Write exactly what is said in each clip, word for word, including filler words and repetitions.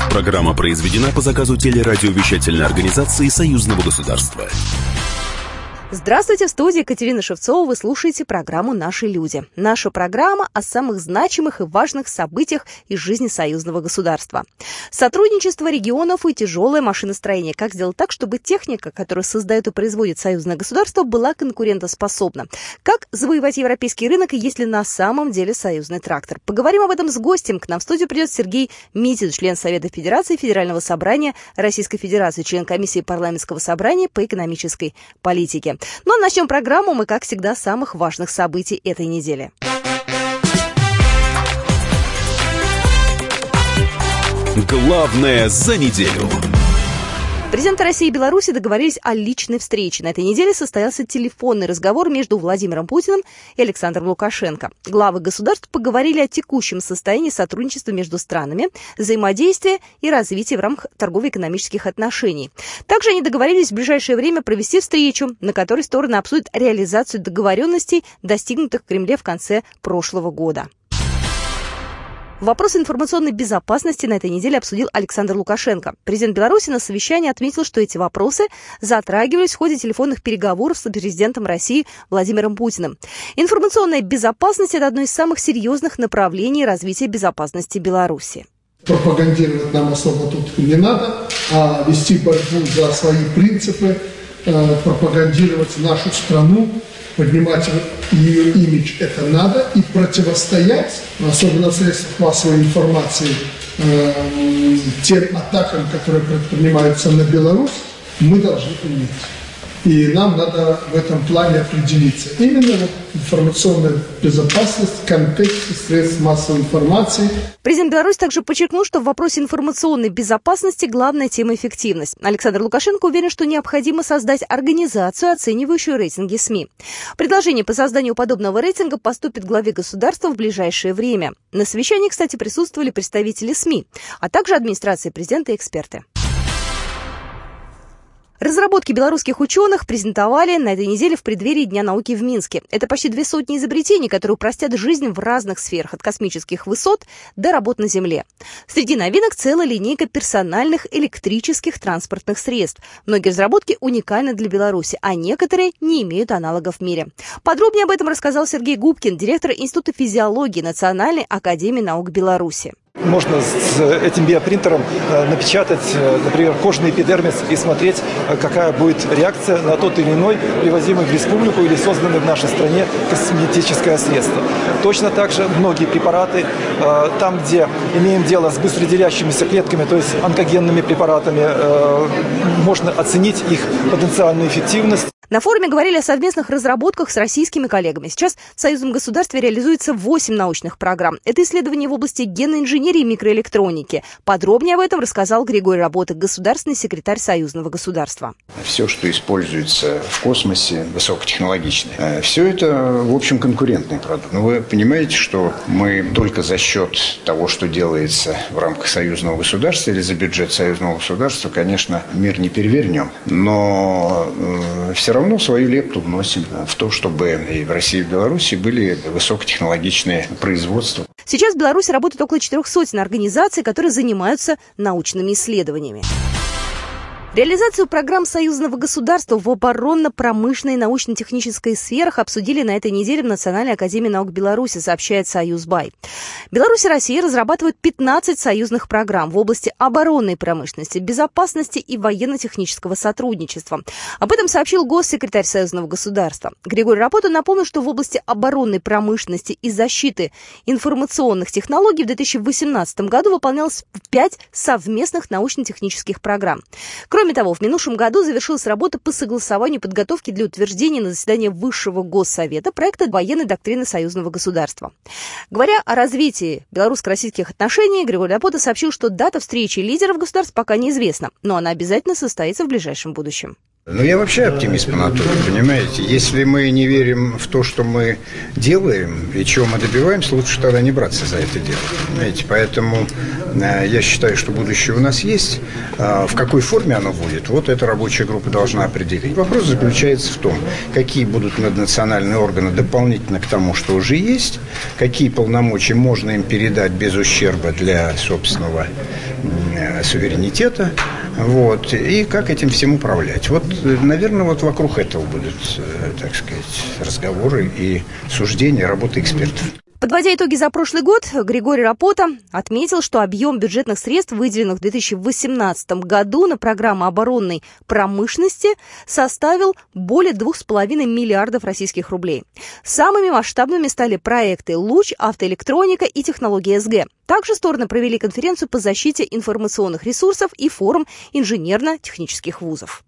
Программа произведена по заказу телерадиовещательной организации Союзного государства. Здравствуйте, в студии Екатерина Шевцова. Вы слушаете программу «Наши люди». Наша программа о самых значимых и важных событиях из жизни союзного государства. Сотрудничество регионов и тяжелое машиностроение. Как сделать так, чтобы техника, которую создает и производит союзное государство, была конкурентоспособна? Как завоевать европейский рынок, если на самом деле союзный трактор? Поговорим об этом с гостем. К нам в студию придет Сергей Митин, член Совета Федерации Федерального собрания Российской Федерации, член комиссии парламентского собрания по экономической политике. Ну а начнем программу мы, как всегда, с самых важных событий этой недели. Главное за неделю. Президенты России и Беларуси договорились о личной встрече. На этой неделе состоялся телефонный разговор между Владимиром Путиным и Александром Лукашенко. Главы государств поговорили о текущем состоянии сотрудничества между странами, взаимодействия и развития в рамках торгово-экономических отношений. Также они договорились в ближайшее время провести встречу, на которой стороны обсудят реализацию договоренностей, достигнутых в Кремле в конце прошлого года. Вопрос информационной безопасности на этой неделе обсудил Александр Лукашенко. Президент Беларуси на совещании отметил, что эти вопросы затрагивались в ходе телефонных переговоров с президентом России Владимиром Путиным. Информационная безопасность – это одно из самых серьезных направлений развития безопасности Беларуси. Пропагандировать нам особо тут не надо, а вести борьбу за свои принципы, пропагандировать нашу страну, поднимать ее имидж – это надо, и противостоять, особенно в средствах массовой информации, э, тем атакам, которые предпринимаются на Беларусь, мы должны уметь. И нам надо в этом плане определиться. Именно вот информационная безопасность в контексте средств массовой информации. Президент Беларуси также подчеркнул, что в вопросе информационной безопасности главная тема – эффективность. Александр Лукашенко уверен, что необходимо создать организацию, оценивающую рейтинги СМИ. Предложение по созданию подобного рейтинга поступит главе государства в ближайшее время. На совещании, кстати, присутствовали представители СМИ, а также администрация президента и эксперты. Разработки белорусских ученых презентовали на этой неделе в преддверии Дня науки в Минске. Это почти две сотни изобретений, которые упростят жизнь в разных сферах, от космических высот до работ на Земле. Среди новинок целая линейка персональных электрических транспортных средств. Многие разработки уникальны для Беларуси, а некоторые не имеют аналогов в мире. Подробнее об этом рассказал Сергей Губкин, директор Института физиологии Национальной академии наук Беларуси. Можно с этим биопринтером напечатать, например, кожный эпидермис и смотреть, какая будет реакция на тот или иной привозимый в республику или созданный в нашей стране косметическое средство. Точно так же многие препараты, там, где имеем дело с быстроделящимися клетками, то есть онкогенными препаратами, можно оценить их потенциальную эффективность. На форуме говорили о совместных разработках с российскими коллегами. Сейчас в союзном государстве реализуется восемь научных программ. Это исследования в области генной инженерии и микроэлектроники. Подробнее об этом рассказал Григорий Работок, государственный секретарь союзного государства. Все, что используется в космосе, высокотехнологичное, все это, в общем, конкурентный продукт. Но вы понимаете, что мы только за счет того, что делается в рамках союзного государства или за бюджет союзного государства, конечно, мир не перевернем. Но э, все равно равно свою лепту вносим в то, чтобы и в России, и в Беларуси были высокотехнологичные производства. Сейчас в Беларуси работает около четырех сотен организаций, которые занимаются научными исследованиями. Реализацию программ союзного государства в оборонно-промышленной и научно-технической сферах обсудили на этой неделе в Национальной академии наук Беларуси, сообщает Союзбай. Беларусь и Россия разрабатывают пятнадцать союзных программ в области оборонной промышленности, безопасности и военно-технического сотрудничества. Об этом сообщил госсекретарь союзного государства. Григорий Рапота напомнил, что в области оборонной промышленности и защиты информационных технологий в две тысячи восемнадцатом году выполнялось пять совместных научно-технических программ. Кроме того, в минувшем году завершилась работа по согласованию подготовки для утверждения на заседании Высшего Госсовета проекта военной доктрины союзного государства. Говоря о развитии белорусско-российских отношений, Григорий Рапота сообщил, что дата встречи лидеров государств пока неизвестна, но она обязательно состоится в ближайшем будущем. Ну, я вообще оптимист по натуре, понимаете? Если мы не верим в то, что мы делаем и чего мы добиваемся, лучше тогда не браться за это дело, понимаете? Поэтому э, я считаю, что будущее у нас есть. Э, в какой форме оно будет, вот эта рабочая группа должна определить. Вопрос заключается в том, какие будут наднациональные органы дополнительно к тому, что уже есть, какие полномочия можно им передать без ущерба для собственного э, суверенитета, вот, и как этим всем управлять. Вот, наверное, вот вокруг этого будут, так сказать, разговоры и суждения, работы экспертов. Подводя итоги за прошлый год, Григорий Рапота отметил, что объем бюджетных средств, выделенных в две тысячи восемнадцатом году на программу оборонной промышленности, составил более двух с половиной миллиардов российских рублей. Самыми масштабными стали проекты «Луч», «Автоэлектроника» и «Технология СГ». Также стороны провели конференцию по защите информационных ресурсов и форум инженерно-технических вузов.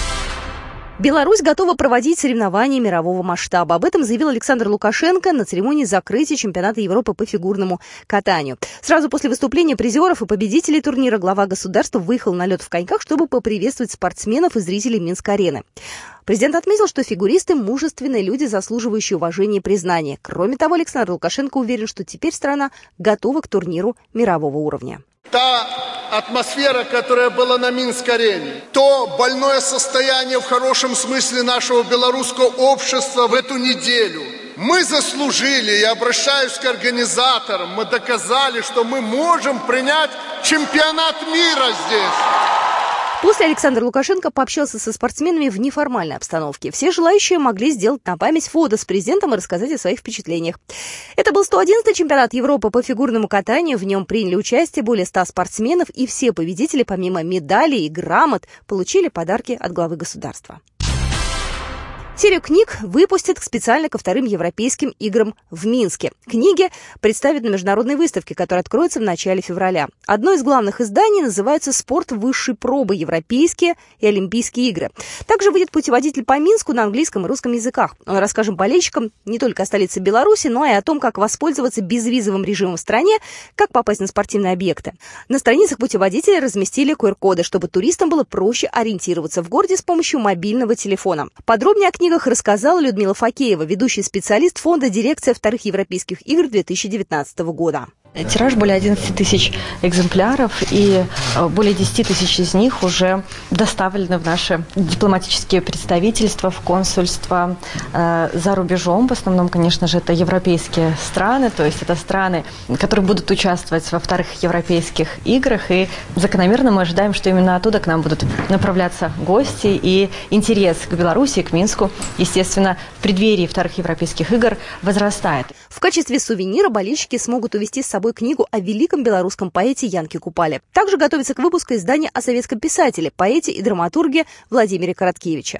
Беларусь готова проводить соревнования мирового масштаба. Об этом заявил Александр Лукашенко на церемонии закрытия чемпионата Европы по фигурному катанию. Сразу после выступления призеров и победителей турнира глава государства выехал на лед в коньках, чтобы поприветствовать спортсменов и зрителей Минск-арены. Президент отметил, что фигуристы – мужественные люди, заслуживающие уважения и признания. Кроме того, Александр Лукашенко уверен, что теперь страна готова к турниру мирового уровня. Та атмосфера, которая была на Минск-арене, то больное состояние в хорошем смысле нашего белорусского общества в эту неделю. Мы заслужили, я обращаюсь к организаторам, мы доказали, что мы можем принять чемпионат мира здесь. После Александр Лукашенко пообщался со спортсменами в неформальной обстановке. Все желающие могли сделать на память фото с президентом и рассказать о своих впечатлениях. Это был сто одиннадцатый чемпионат Европы по фигурному катанию. В нем приняли участие более ста спортсменов, и все победители, помимо медалей и грамот, получили подарки от главы государства. Серию книг выпустят специально ко вторым европейским играм в Минске. Книги представят на международной выставке, которая откроется в начале февраля. Одно из главных изданий называется «Спорт высшей пробы. Европейские и Олимпийские игры». Также выйдет путеводитель по Минску на английском и русском языках. Он расскажет болельщикам не только о столице Беларуси, но и о том, как воспользоваться безвизовым режимом в стране, как попасть на спортивные объекты. На страницах путеводителя разместили ку эр коды, чтобы туристам было проще ориентироваться в городе с помощью мобильного телефона. Подробнее о книгах рассказала Людмила Факеева, ведущий специалист фонда «Дирекция вторых европейских игр» две тысячи девятнадцатого года. Тираж более одиннадцати тысяч экземпляров, и более десяти тысяч из них уже доставлены в наши дипломатические представительства, в консульства э, за рубежом. В основном, конечно же, это европейские страны, то есть это страны, которые будут участвовать во вторых европейских играх, и закономерно мы ожидаем, что именно оттуда к нам будут направляться гости, и интерес к Беларуси, к Минску, естественно, в преддверии вторых европейских игр возрастает. В качестве сувенира болельщики смогут увезти с собой книгу о великом белорусском поэте Янке Купале. Также готовится к выпуску издание о советском писателе, поэте и драматурге Владимире Короткевиче.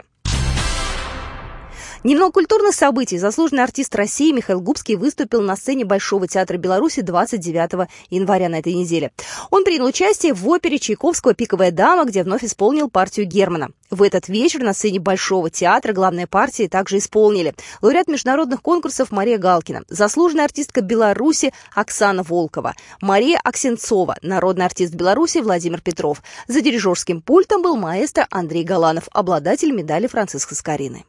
Немного культурных событий. Заслуженный артист России Михаил Губский выступил на сцене Большого театра Беларуси двадцать девятого января на этой неделе. Он принял участие в опере Чайковского «Пиковая дама», где вновь исполнил партию Германа. В этот вечер на сцене Большого театра главные партии также исполнили лауреат международных конкурсов Мария Галкина, заслуженная артистка Беларуси Оксана Волкова, Мария Аксенцова, народный артист Беларуси Владимир Петров. За дирижерским пультом был маэстро Андрей Галанов, обладатель медали Франциска Скорины.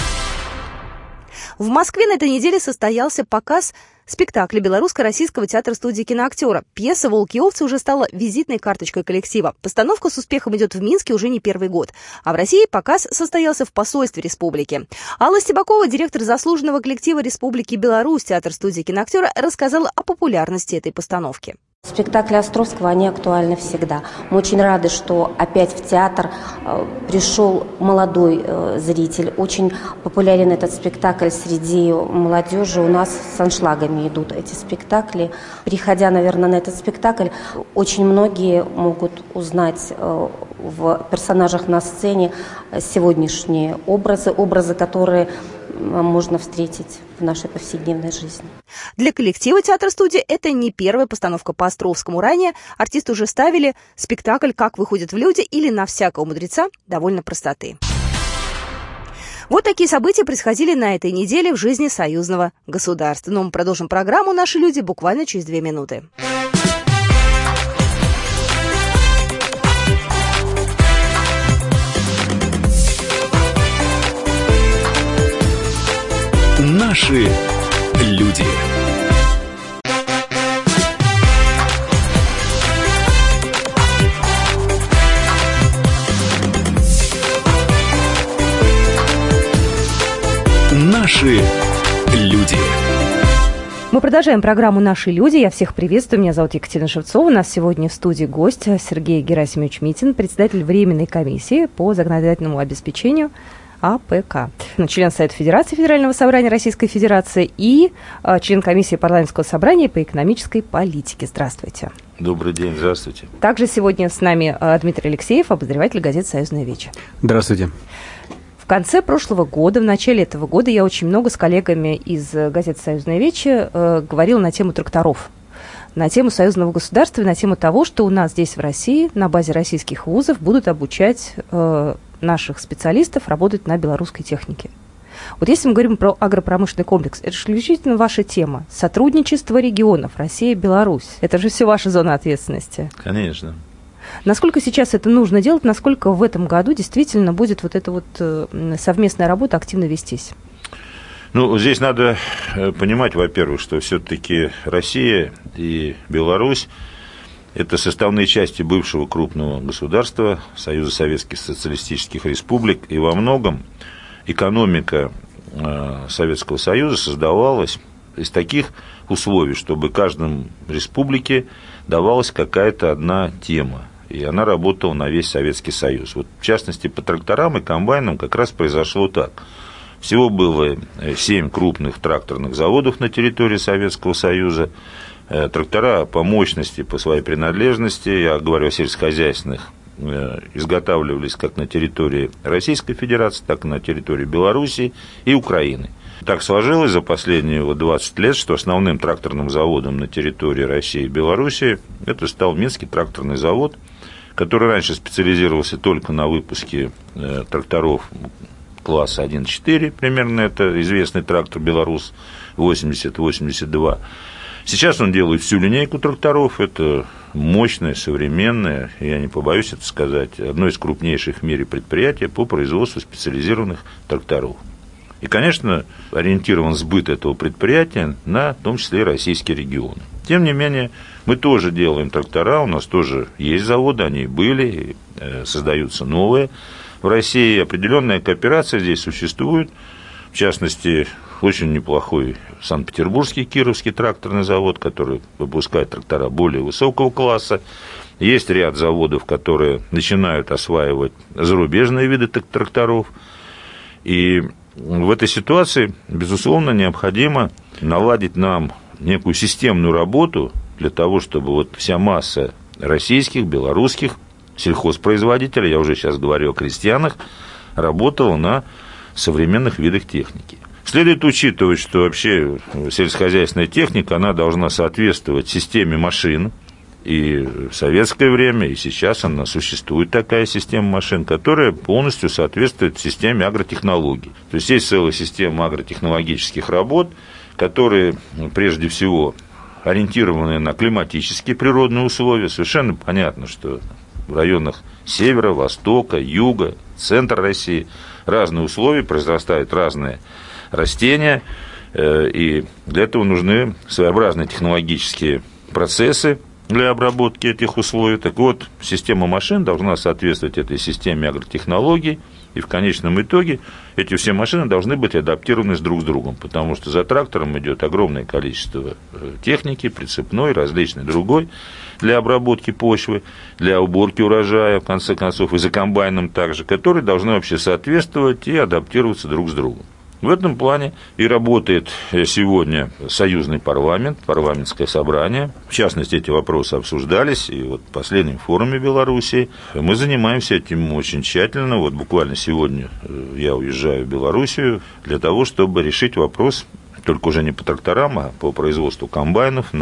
В Москве на этой неделе состоялся показ спектакля Белорусско-российского театра-студии киноактера. Пьеса «Волки и овцы» уже стала визитной карточкой коллектива. Постановка с успехом идет в Минске уже не первый год. А в России показ состоялся в посольстве республики. Алла Стебакова, директор заслуженного коллектива Республики Беларусь театр-студии киноактера, рассказала о популярности этой постановки. Спектакли Островского, они актуальны всегда. Мы очень рады, что опять в театр э, пришел молодой э, зритель. Очень популярен этот спектакль среди молодежи. У нас с аншлагами идут эти спектакли. Приходя, наверное, на этот спектакль, очень многие могут узнать э, в персонажах на сцене сегодняшние образы, образы, которые можно встретить в нашей повседневной жизни. Для коллектива театра-студии это не первая постановка по Островскому. Ранее артисты уже ставили спектакль «Как выходят в люди» или «На всякого мудреца» довольно простоты. Вот такие события происходили на этой неделе в жизни союзного государства. Но мы продолжим программу «Наши люди» буквально через две минуты. Наши люди. Наши люди. Мы продолжаем программу «Наши люди». Я всех приветствую. Меня зовут Екатерина Шевцова. У нас сегодня в студии гость Сергей Герасимович Митин, председатель Временной комиссии по законодательному обеспечению А П К, член Совета Федерации Федерального собрания Российской Федерации и э, член комиссии парламентского собрания по экономической политике. Здравствуйте. Добрый день, здравствуйте. Также сегодня с нами э, Дмитрий Алексеев, обозреватель газеты «Союзная Вечь». Здравствуйте. В конце прошлого года, в начале этого года я очень много с коллегами из газеты «Союзная Вечь» э, говорила на тему тракторов, на тему союзного государства и на тему того, что у нас здесь в России на базе российских вузов будут обучать э, наших специалистов работать на белорусской технике. Вот если мы говорим про агропромышленный комплекс, это же исключительно ваша тема. Сотрудничество регионов, Россия, Беларусь. Это же все ваша зона ответственности. Конечно. Насколько сейчас это нужно делать, насколько в этом году действительно будет вот эта вот совместная работа активно вестись? Ну, здесь надо понимать, во-первых, что все-таки Россия и Беларусь – это составные части бывшего крупного государства, Союза Советских Социалистических Республик, и во многом экономика Советского Союза создавалась из таких условий, чтобы каждой республике давалась какая-то одна тема, и она работала на весь Советский Союз. Вот, в частности, по тракторам и комбайнам как раз произошло так. Всего было семь крупных тракторных заводов на территории Советского Союза. Трактора по мощности, по своей принадлежности, я говорю о сельскохозяйственных, изготавливались как на территории Российской Федерации, так и на территории Белоруссии и Украины. Так сложилось за последние двадцать лет, что основным тракторным заводом на территории России и Белоруссии это стал Минский тракторный завод, который раньше специализировался только на выпуске э, тракторов класса один четыре, примерно это известный трактор «Беларус» восемьдесят восемьдесят два. Сейчас он делает всю линейку тракторов, это мощное, современное, я не побоюсь это сказать, одно из крупнейших в мире предприятий по производству специализированных тракторов. И, конечно, ориентирован сбыт этого предприятия на, в том числе, и российские регионы. Тем не менее, мы тоже делаем трактора, у нас тоже есть заводы, они были, создаются новые. В России определенная кооперация здесь существует, в частности, очень неплохой Санкт-Петербургский Кировский тракторный завод, который выпускает трактора более высокого класса. Есть ряд заводов, которые начинают осваивать зарубежные виды тракторов. И в этой ситуации, безусловно, необходимо наладить нам некую системную работу для того, чтобы вот вся масса российских, белорусских сельхозпроизводителей, я уже сейчас говорю о крестьянах, работала на современных видах техники. Следует учитывать, что вообще сельскохозяйственная техника, она должна соответствовать системе машин. И в советское время, и сейчас она существует такая система машин, которая полностью соответствует системе агротехнологий. То есть есть целая система агротехнологических работ, которые прежде всего ориентированы на климатические природные условия. Совершенно понятно, что в районах севера, востока, юга, центра России разные условия, произрастают разные растения, и для этого нужны своеобразные технологические процессы для обработки этих условий. Так вот, система машин должна соответствовать этой системе агротехнологий, и в конечном итоге эти все машины должны быть адаптированы друг с другом, потому что за трактором идет огромное количество техники, прицепной, различной другой, для обработки почвы, для уборки урожая, в конце концов, и за комбайном также, которые должны вообще соответствовать и адаптироваться друг с другом. В этом плане и работает сегодня союзный парламент, парламентское собрание. В частности, эти вопросы обсуждались, и вот в последнем форуме Белоруссии мы занимаемся этим очень тщательно. Вот буквально сегодня я уезжаю в Белоруссию для того, чтобы решить вопрос, только уже не по тракторам, а по производству комбайнов на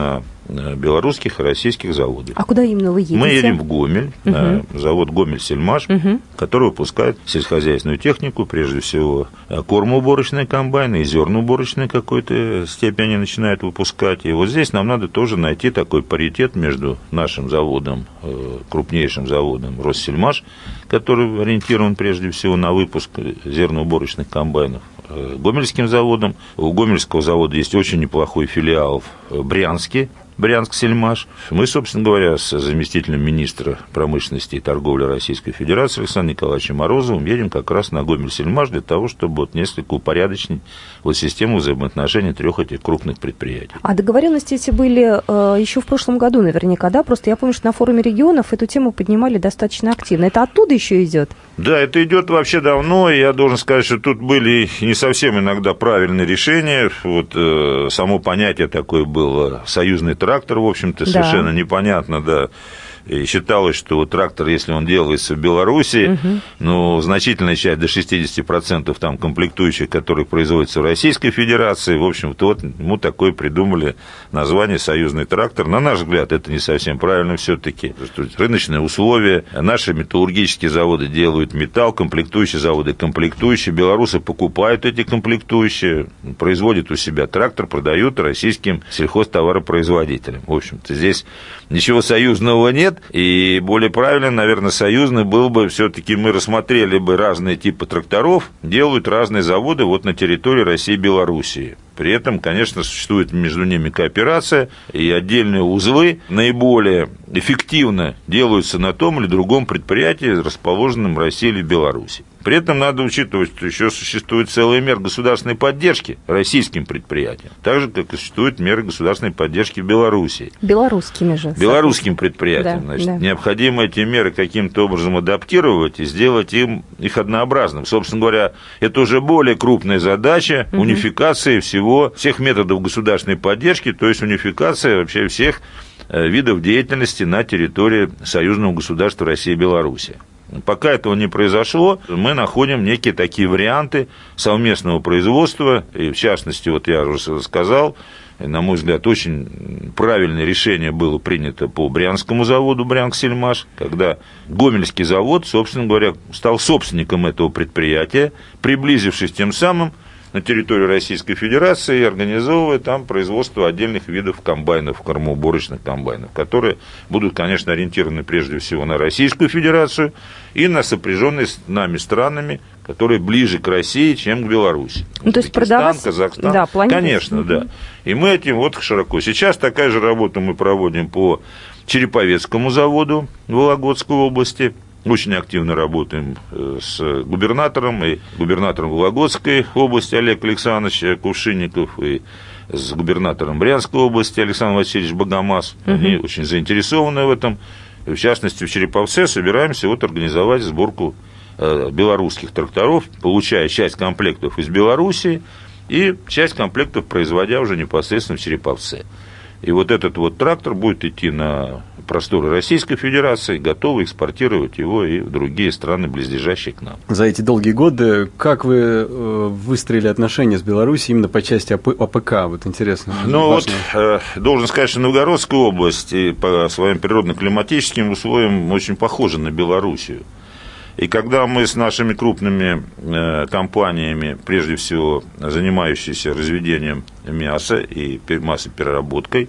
белорусских и российских заводов. А куда именно вы едете? Мы едем в Гомель, угу. на завод «Гомель-Сельмаш», угу. который выпускает сельскохозяйственную технику, прежде всего кормоуборочные комбайны и зерноуборочные какой-то степени начинают выпускать. И вот здесь нам надо тоже найти такой паритет между нашим заводом, крупнейшим заводом «Россельмаш», который ориентирован прежде всего на выпуск зерноуборочных комбайнов, Гомельским заводом. У Гомельского завода есть очень неплохой филиал в Брянске, Брянск-Сельмаш. Мы, собственно говоря, с заместителем министра промышленности и торговли Российской Федерации Александром Николаевичем Морозовым едем как раз на Гомель-Сельмаш для того, чтобы вот несколько упорядочить вот систему взаимоотношений трех этих крупных предприятий. А договоренности эти были э, еще в прошлом году наверняка, да? Просто я помню, что на форуме регионов эту тему поднимали достаточно активно. Это оттуда еще идет? Да, это идет вообще давно, и я должен сказать, что тут были не совсем иногда правильные решения. Вот э, само понятие такое было «союзный трактор», в общем-то, да. Совершенно непонятно, да. И считалось, что вот трактор, если он делается в Беларуси, угу. ну, значительная часть, до шестьдесят процентов там комплектующих, которые производятся в Российской Федерации, в общем-то, вот ему такое придумали название «союзный трактор». На наш взгляд, это не совсем правильно все-таки. Рыночные условия, наши металлургические заводы делают металл, комплектующие заводы комплектующие, белорусы покупают эти комплектующие, производят у себя трактор, продают российским сельхозтоваропроизводителям. В общем-то, здесь ничего союзного нет. И более правильно, наверное, союзный был бы, все-таки мы рассмотрели бы разные типы тракторов, делают разные заводы вот на территории России и Белоруссии. При этом, конечно, существует между ними кооперация, и отдельные узлы наиболее эффективно делаются на том или другом предприятии, расположенном в России или Беларуси. При этом надо учитывать, что еще существует целая мера государственной поддержки российским предприятиям, так же, как и существуют меры государственной поддержки в Белоруссии. Белорусскими же. Белорусским предприятиям. Да, значит, да. Необходимо эти меры каким-то образом адаптировать и сделать им их однообразным. Собственно говоря, это уже более крупная задача угу. унификации всего, всех методов государственной поддержки, то есть унификация вообще всех видов деятельности на территории союзного государства России и Беларуси. Пока этого не произошло, мы находим некие такие варианты совместного производства, и в частности, вот я уже сказал, на мой взгляд, очень правильное решение было принято по Брянскому заводу «Брянск-Сельмаш», когда Гомельский завод, собственно говоря, стал собственником этого предприятия, приблизившись тем самым на территорию Российской Федерации и организовывая там производство отдельных видов комбайнов, кормоуборочных комбайнов, которые будут, конечно, ориентированы прежде всего на Российскую Федерацию и на сопряженные с нами странами, которые ближе к России, чем к Беларуси. Ну, то есть продавать... Казахстан. Да, конечно, да. И мы этим вот широко. Сейчас такая же работа мы проводим по Череповецкому заводу в Вологодской области. Очень активно работаем с губернатором и губернатором Вологодской области Олег Александрович Кувшинников и с губернатором Брянской области Александр Васильевич Богомаз. Угу. Они очень заинтересованы в этом. В частности, в Череповце собираемся вот организовать сборку белорусских тракторов, получая часть комплектов из Белоруссии и часть комплектов производя уже непосредственно в Череповце. И вот этот вот трактор будет идти на просторы Российской Федерации, готовы экспортировать его и в другие страны, близлежащие к нам. За эти долгие годы как вы выстроили отношения с Беларусью именно по части АПК? Вот интересно. Ну важно. Вот, должен сказать, что Новгородская область по своим природно-климатическим условиям очень похожа на Белоруссию. И когда мы с нашими крупными э, компаниями, прежде всего занимающимися разведением мяса и мясопереработкой,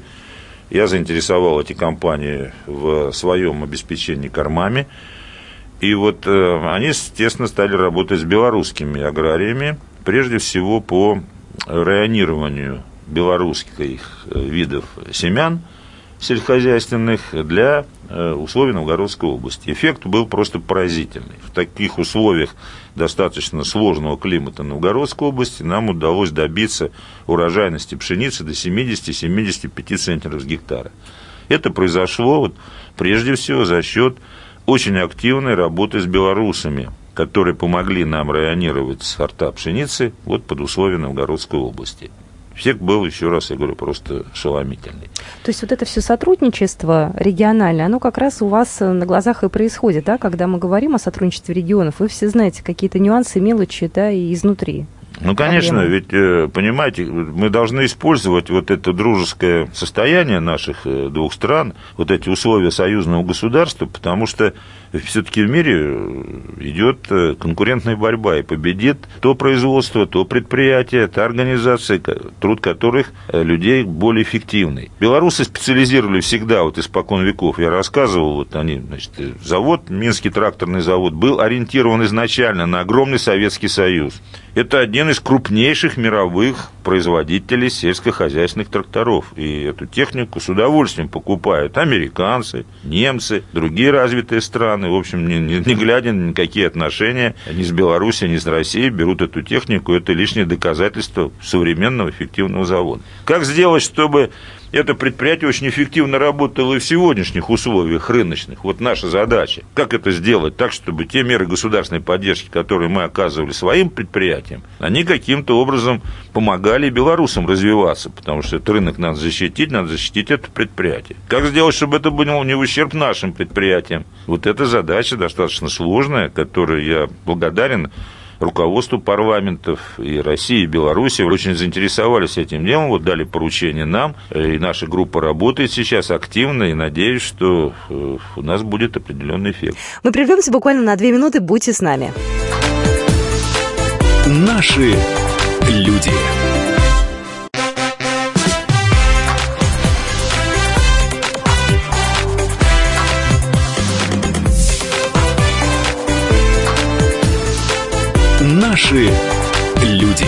я заинтересовал эти компании в своем обеспечении кормами. И вот э, они, естественно, стали работать с белорусскими аграриями, прежде всего по районированию белорусских видов семян сельскохозяйственных для условий Новгородской области. Эффект был просто поразительный. В таких условиях достаточно сложного климата Новгородской области нам удалось добиться урожайности пшеницы до семьдесят-семьдесят пять центнеров с гектара. Это произошло вот, прежде всего за счет очень активной работы с белорусами, которые помогли нам районировать сорта пшеницы вот под условия Новгородской области. Эффект был, еще раз я говорю, просто ошеломительный. То есть вот это все сотрудничество региональное, оно как раз у вас на глазах и происходит, да, когда мы говорим о сотрудничестве регионов, вы все знаете какие-то нюансы, мелочи, да, и изнутри. Ну, конечно, проблемы. ведь, понимаете, мы должны использовать вот это дружеское состояние наших двух стран, вот эти условия союзного государства, потому что все-таки в мире идет конкурентная борьба, и победит то производство, то предприятие, та организация, труд которых людей более эффективный. Белорусы специализировали всегда, вот испокон веков, я рассказывал, вот они, значит, завод, Минский тракторный завод, был ориентирован изначально на огромный Советский Союз. Это один из крупнейших мировых производителей сельскохозяйственных тракторов. И эту технику с удовольствием покупают американцы, немцы, другие развитые страны. В общем, не, не, не глядя на никакие отношения ни с Белоруссией, ни с Россией, берут эту технику. Это лишнее доказательство современного эффективного завода. Как сделать, чтобы это предприятие очень эффективно работало и в сегодняшних условиях рыночных? Вот наша задача. Как это сделать так, чтобы те меры государственной поддержки, которые мы оказывали своим предприятиям, они каким-то образом помогали белорусам развиваться, потому что этот рынок надо защитить, надо защитить это предприятие. Как сделать, чтобы это было не в ущерб нашим предприятиям? Вот эта задача достаточно сложная, которую я благодарен руководству парламентов и России, и Беларуси очень заинтересовались этим делом, вот дали поручение нам, и наша группа работает сейчас активно, и надеюсь, что у нас будет определенный эффект. Мы прервемся буквально на две минуты, будьте с нами. Наши люди. Наши люди.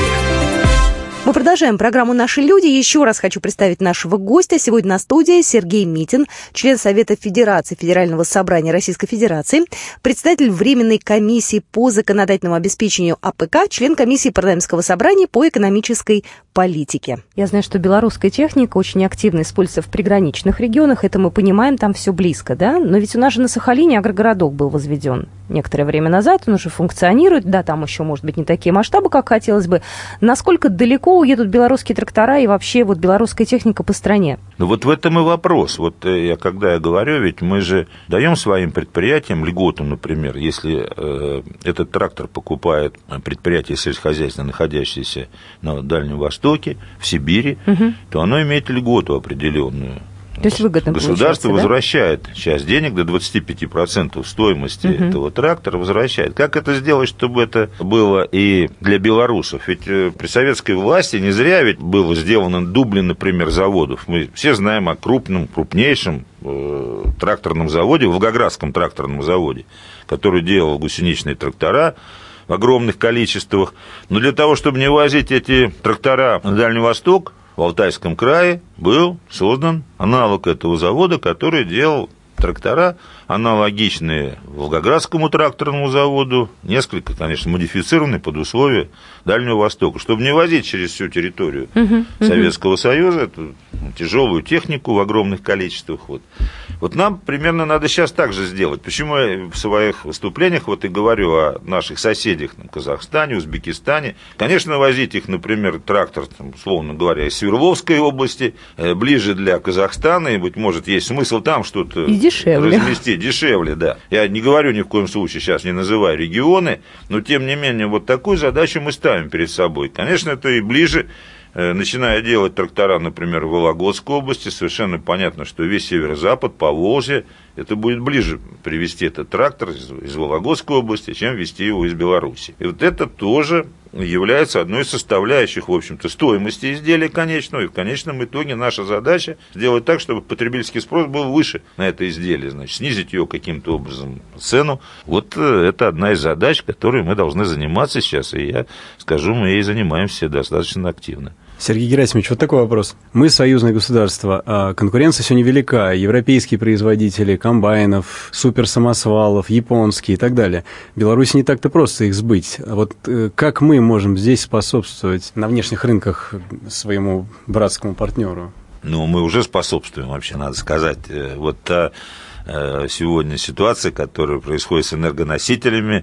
Мы продолжаем программу «Наши люди». Еще раз хочу представить нашего гостя. Сегодня на студии Сергей Митин, член Совета Федерации Федерального собрания Российской Федерации, председатель Временной комиссии по законодательному обеспечению АПК, член комиссии парламентского собрания по экономической политике. Я знаю, что белорусская техника очень активно используется в приграничных регионах. Это мы понимаем, там все близко, да? Но ведь у нас же на Сахалине агрогородок был возведен некоторое время назад. Он уже функционирует. Да, там еще, может быть, не такие масштабы, как хотелось бы. Насколько далеко уедут белорусские трактора и вообще вот белорусская техника по стране? Ну вот в этом и вопрос. Вот я когда я говорю, ведь мы же даем своим предприятиям льготу, например, если э, этот трактор покупает предприятие сельскохозяйственное, находящееся на Дальнем Востоке, в Сибири, угу. то оно имеет льготу определенную. То есть выгодно государство да? возвращает часть денег, до двадцать пять процентов стоимости угу. этого трактора возвращает. Как это сделать, чтобы это было и для белорусов? Ведь при советской власти не зря ведь было сделано дубли, например, заводов. Мы все знаем о крупном, крупнейшем э, тракторном заводе, Волгоградском тракторном заводе, который делал гусеничные трактора в огромных количествах. Но для того, чтобы не возить эти трактора на Дальний Восток, в Алтайском крае был создан аналог этого завода, который делал трактора, аналогичные Волгоградскому тракторному заводу, несколько, конечно, модифицированные под условия Дальнего Востока, чтобы не возить через всю территорию uh-huh, uh-huh. Советского Союза эту тяжелую технику в огромных количествах. Вот. вот нам примерно надо сейчас так же сделать. Почему я в своих выступлениях вот и говорю о наших соседях, там, Казахстане, Узбекистане. Конечно, возить их, например, трактор, там, условно говоря, из Свердловской области, ближе для Казахстана, и, быть может, есть смысл там что-то дешевле. разместить. Дешевле, да. Я не говорю ни в коем случае, сейчас не называю регионы, но, тем не менее, вот такую задачу мы ставим перед собой. Конечно, это и ближе, начиная делать трактора, например, в Вологодской области, совершенно понятно, что весь северо-запад, Поволжье, это будет ближе привезти этот трактор из, из Вологодской области, чем везти его из Беларуси. И вот это тоже является одной из составляющих, в общем-то, стоимости изделия конечного. И в конечном итоге наша задача сделать так, чтобы потребительский спрос был выше на это изделие, значит, снизить ее каким-то образом цену. Вот это одна из задач, которой мы должны заниматься сейчас. И я скажу, мы ей занимаемся достаточно активно. Сергей Герасимович, вот такой вопрос. Мы союзное государство, а конкуренция сегодня велика. Европейские производители комбайнов, суперсамосвалов, японские и так далее. В Беларуси не так-то просто их сбыть. Вот как мы можем здесь способствовать на внешних рынках своему братскому партнеру? Ну, мы уже способствуем, вообще, надо сказать. Вот та сегодня ситуация, которая происходит с энергоносителями,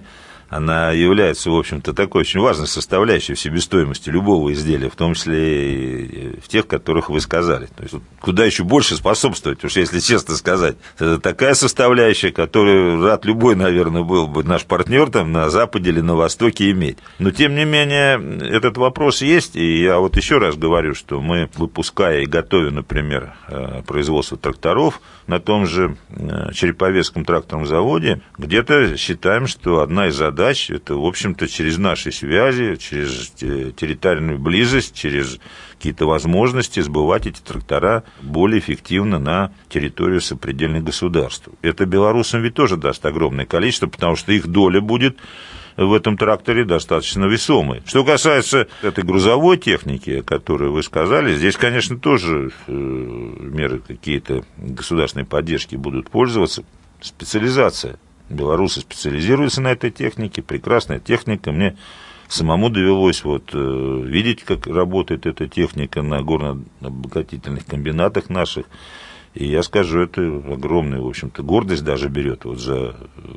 она является, в общем-то, такой очень важной составляющей в себестоимости любого изделия, в том числе и в тех, которых вы сказали. То есть, куда еще больше способствовать, потому что, если честно сказать, это такая составляющая, которую рад любой, наверное, был бы наш партнер там на Западе или на Востоке иметь. Но, тем не менее, этот вопрос есть, и я вот еще раз говорю, что мы, выпуская и готовя, например, производство тракторов на том же Череповецком тракторном заводе, где-то считаем, что одна из задач это, в общем-то, через наши связи, через территориальную близость, через какие-то возможности сбывать эти трактора более эффективно на территорию сопредельных государств. Это белорусам ведь тоже даст огромное количество, потому что их доля будет в этом тракторе достаточно весомой. Что касается этой грузовой техники, которую вы сказали, здесь, конечно, тоже меры какие-то государственной поддержки будут пользоваться. Специализация. Белорусы специализируются на этой технике, прекрасная техника. Мне самому довелось вот, э, видеть, как работает эта техника на горно-обогатительных комбинатах наших. И я скажу, это огромная, в общем-то, гордость даже берет вот за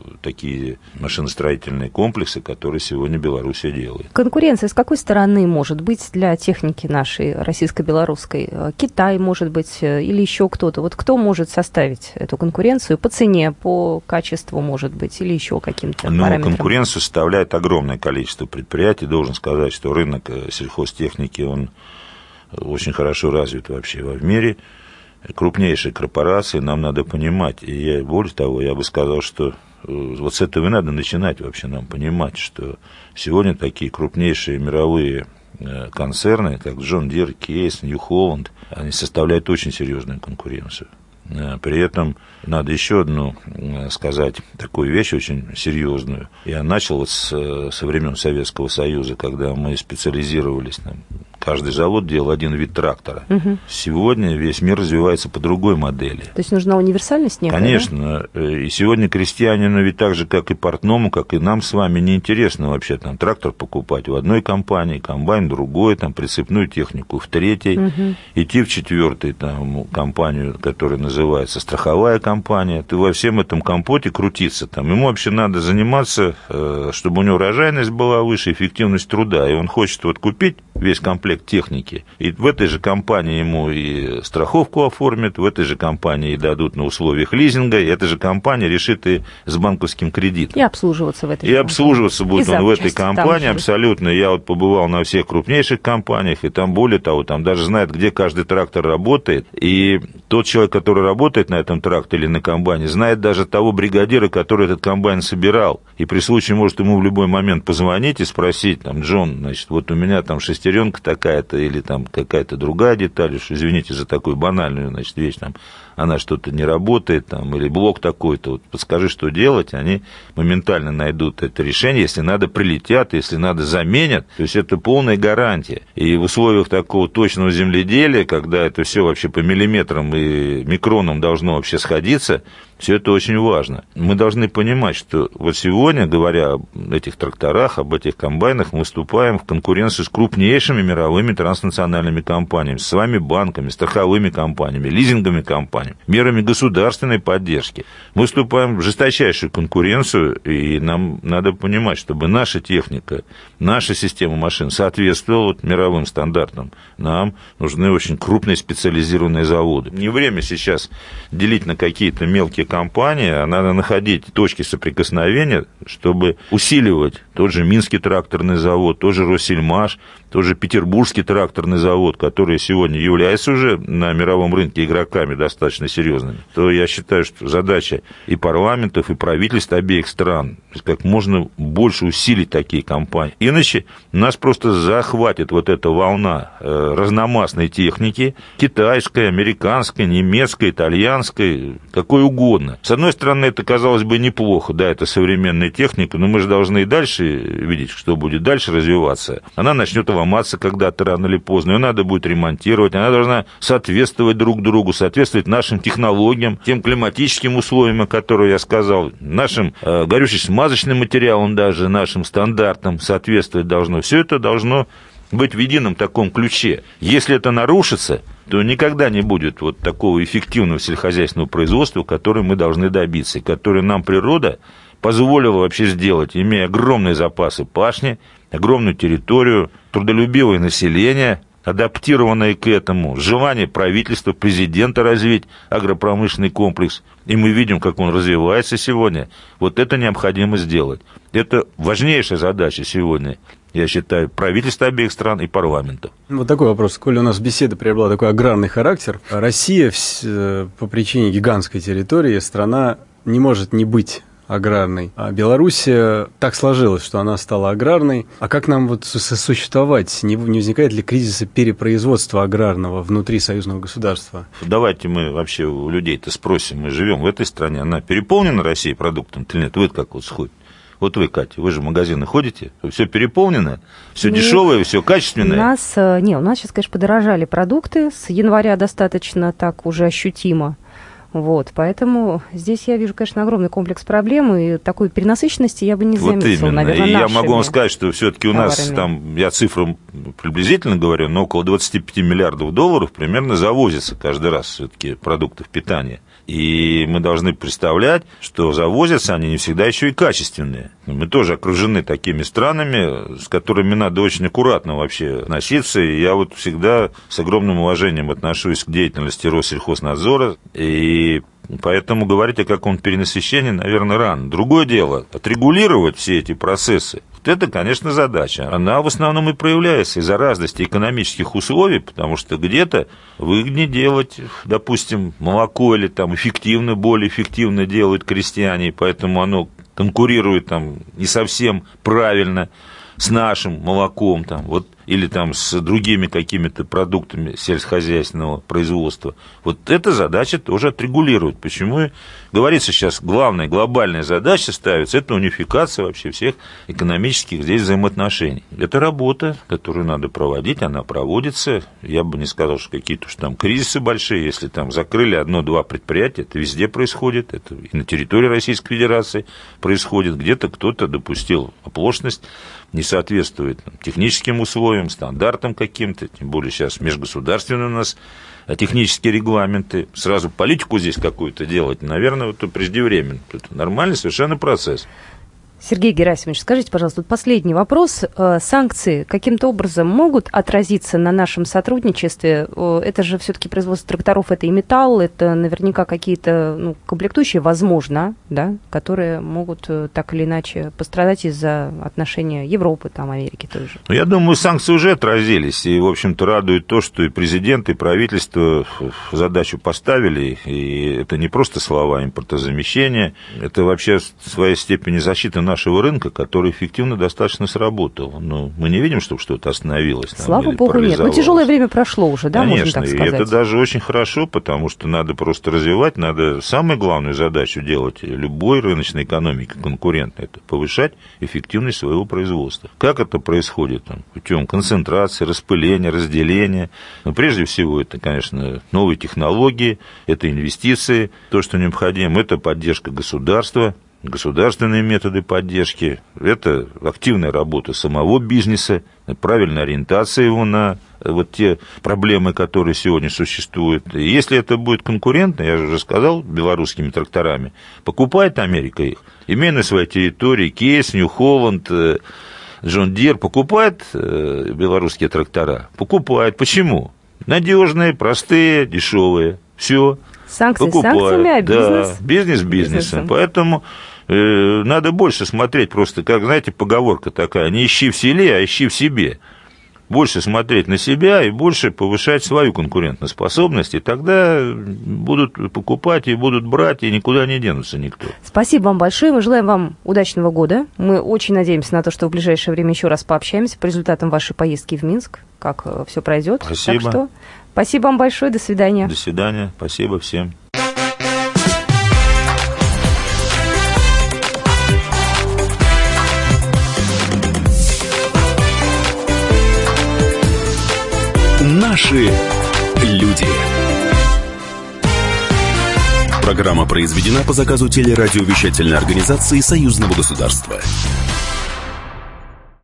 такие машиностроительные комплексы, которые сегодня Белоруссия делает. Конкуренция с какой стороны может быть для техники нашей российско-белорусской? Китай, может быть, или еще кто-то? Вот кто может составить эту конкуренцию по цене, по качеству, может быть, или еще каким-то ну, параметрам? Конкуренцию составляет огромное количество предприятий. Должен сказать, что рынок сельхозтехники, он очень хорошо развит вообще в мире. Крупнейшие корпорации нам надо понимать. И я, более того, я бы сказал, что вот с этого и надо начинать вообще нам понимать, что сегодня такие крупнейшие мировые концерны, как John Deere, Case, New Holland, они составляют очень серьезную конкуренцию. При этом надо еще одну сказать такую вещь очень серьезную. Я начал вот с, со времен Советского Союза, когда мы специализировались, там, каждый завод делал один вид трактора. Угу. Сегодня весь мир развивается по другой модели. То есть нужна универсальность некая? Конечно. Да? И сегодня крестьянину ведь так же, как и портному, как и нам с вами, неинтересно вообще там трактор покупать в одной компании, комбайн в другой, там, прицепную технику в третьей, угу. идти в четвертой там, компанию, которая называется страховая компания. Ты во всем этом компоте крутиться. Там. Ему вообще надо заниматься, чтобы у него урожайность была выше, эффективность труда. И он хочет вот купить весь комплект техники. И в этой же компании ему и страховку оформят, в этой же компании и дадут на условиях лизинга, и эта же компания решит и с банковским кредитом. И обслуживаться в этой И компании. обслуживаться будет и он в этой компании абсолютно. Я вот побывал на всех крупнейших компаниях, и там, более того, там даже знают, где каждый трактор работает. И тот человек, который работает на этом тракторе или на комбайне, знает даже того бригадира, который этот комбайн собирал. И при случае может ему в любой момент позвонить и спросить, там, Джон, значит, вот у меня там шестеренка такая-то или там какая-то другая деталь, уж извините за такую банальную, значит, вещь, там, она что-то не работает, там, или блок такой-то, вот, подскажи, что делать, они моментально найдут это решение, если надо, прилетят, если надо, заменят, то есть это полная гарантия. И в условиях такого точного земледелия, когда это все вообще по миллиметрам и микронам должно вообще сходиться, все это очень важно. Мы должны понимать, что вот сегодня, говоря об этих тракторах, об этих комбайнах, мы вступаем в конкуренцию с крупнейшими мировыми транснациональными компаниями, с вами банками, страховыми компаниями, лизинговыми компаниями, мерами государственной поддержки. Мы вступаем в жесточайшую конкуренцию, и нам надо понимать, чтобы наша техника, наша система машин соответствовала вот мировым стандартам. Нам нужны очень крупные специализированные заводы. Не время сейчас делить на какие-то мелкие компании, а надо находить точки соприкосновения, чтобы усиливать тот же Минский тракторный завод, тот же Россельмаш, тот же Петербургский тракторный завод, который сегодня является уже на мировом рынке игроками достаточно серьезными, то я считаю, что задача и парламентов, и правительств обеих стран как можно больше усилить такие компании. Иначе нас просто захватит вот эта волна разномастной техники, китайской, американской, немецкой, итальянской, какой угодно. С одной стороны, это, казалось бы, неплохо, да, это современная техника, но мы же должны и дальше видеть, что будет дальше развиваться. Она начнет ломаться когда-то рано или поздно, ее надо будет ремонтировать, она должна соответствовать друг другу, соответствовать нашим технологиям, тем климатическим условиям, о которых я сказал, нашим э, горюче-смазочным материалам даже, нашим стандартам соответствовать должно. Все это должно быть в едином таком ключе. Если это нарушится, то никогда не будет вот такого эффективного сельскохозяйственного производства, которое мы должны добиться, и которое нам природа позволило вообще сделать, имея огромные запасы пашни, огромную территорию, трудолюбивое население, адаптированное к этому, желание правительства, президента развить агропромышленный комплекс. И мы видим, как он развивается сегодня. Вот это необходимо сделать. Это важнейшая задача сегодня, я считаю, правительства обеих стран и парламентов. Вот такой вопрос. Коли у нас беседа приобрела такой аграрный характер, Россия по причине гигантской территории, страна не может не быть аграрной. А Белоруссия так сложилось, что она стала аграрной. А как нам вот сосуществовать? Не, не возникает ли кризиса перепроизводства аграрного внутри союзного государства? Давайте мы вообще у людей-то спросим. Мы живем в этой стране, она переполнена Россией продуктом или нет? Вы как вот сходите? Вот вы, Катя, вы же в магазины ходите, все переполнено, все дешевое, все качественное. У нас, не, у нас сейчас, конечно, подорожали продукты, с января достаточно так уже ощутимо. Вот, поэтому здесь я вижу, конечно, огромный комплекс проблем, и такой перенасыщенности я бы не заметила, вот именно. Наверное, и я могу вам сказать, что все-таки у нас там, я цифру приблизительно говорю, но около двадцать пять миллиардов долларов примерно завозится каждый раз все-таки продуктов питания. И мы должны представлять, что завозятся они не всегда еще и качественные. Мы тоже окружены такими странами, с которыми надо очень аккуратно вообще относиться. И я вот всегда с огромным уважением отношусь к деятельности Россельхознадзора. И поэтому говорить о каком-то перенасыщении, наверное, рано. Другое дело, отрегулировать все эти процессы. Это, конечно, задача. Она в основном и проявляется из-за разности экономических условий, потому что где-то выгоднее делать, допустим, молоко или там эффективно, более эффективно делают крестьяне, поэтому оно конкурирует там не совсем правильно с нашим молоком там, вот, или там с другими какими-то продуктами сельскохозяйственного производства. Вот эта задача тоже отрегулировать. Почему говорится сейчас, главная глобальная задача ставится, это унификация вообще всех экономических здесь взаимоотношений. Это работа, которую надо проводить, она проводится. Я бы не сказал, что какие-то уж там кризисы большие, если там закрыли одно-два предприятия, это везде происходит, это и на территории Российской Федерации происходит, где-то кто-то допустил оплошность, не соответствует техническим условиям, стандартам каким-то, тем более сейчас межгосударственные у нас технические регламенты. Сразу политику здесь какую-то делать, наверное, это преждевременно. Это нормальный совершенно процесс. Сергей Герасимович, скажите, пожалуйста, тут последний вопрос. Санкции каким-то образом могут отразиться на нашем сотрудничестве? Это же все-таки производство тракторов, это и металл, это наверняка какие-то ну, комплектующие, возможно, да, которые могут так или иначе пострадать из-за отношения Европы, там, Америки той же. Ну, я думаю, санкции уже отразились, и, в общем-то, радует то, что и президент, и правительство задачу поставили, и это не просто слова импортозамещения, это вообще в своей степени защита нашего рынка, который эффективно достаточно сработал. Но мы не видим, чтобы что-то остановилось. Там, слава богу, нет. Но тяжелое время прошло уже, да, конечно, можно так сказать? И это даже очень хорошо, потому что надо просто развивать, надо самую главную задачу делать любой рыночной экономики конкурентной, это повышать эффективность своего производства. Как это происходит? Там, путем концентрации, распыления, разделения. Но прежде всего это, конечно, новые технологии, это инвестиции, то, что необходимо, это поддержка государства, государственные методы поддержки, это активная работа самого бизнеса, правильная ориентация его на вот те проблемы, которые сегодня существуют. И если это будет конкурентно, я же уже сказал, белорусскими тракторами, покупает Америка их, имея на своей территории Кейс, Нью-Холланд, Джон Дир, покупает белорусские трактора? Покупает. Почему? Надежные, простые, дешевые. Все. Санкции санкциями, а бизнес? Да, бизнес бизнесом. Поэтому э, надо больше смотреть просто, как, знаете, поговорка такая, не ищи в селе, а ищи в себе. Больше смотреть на себя и больше повышать свою конкурентоспособность, и тогда будут покупать и будут брать, и никуда не денутся никто. Спасибо вам большое, мы желаем вам удачного года. Мы очень надеемся на то, что в ближайшее время еще раз пообщаемся по результатам вашей поездки в Минск, как все пройдет. Спасибо. Так что спасибо вам большое, до свидания. До свидания, спасибо всем. Наши люди. Программа произведена по заказу телерадиовещательной организации Союзного государства.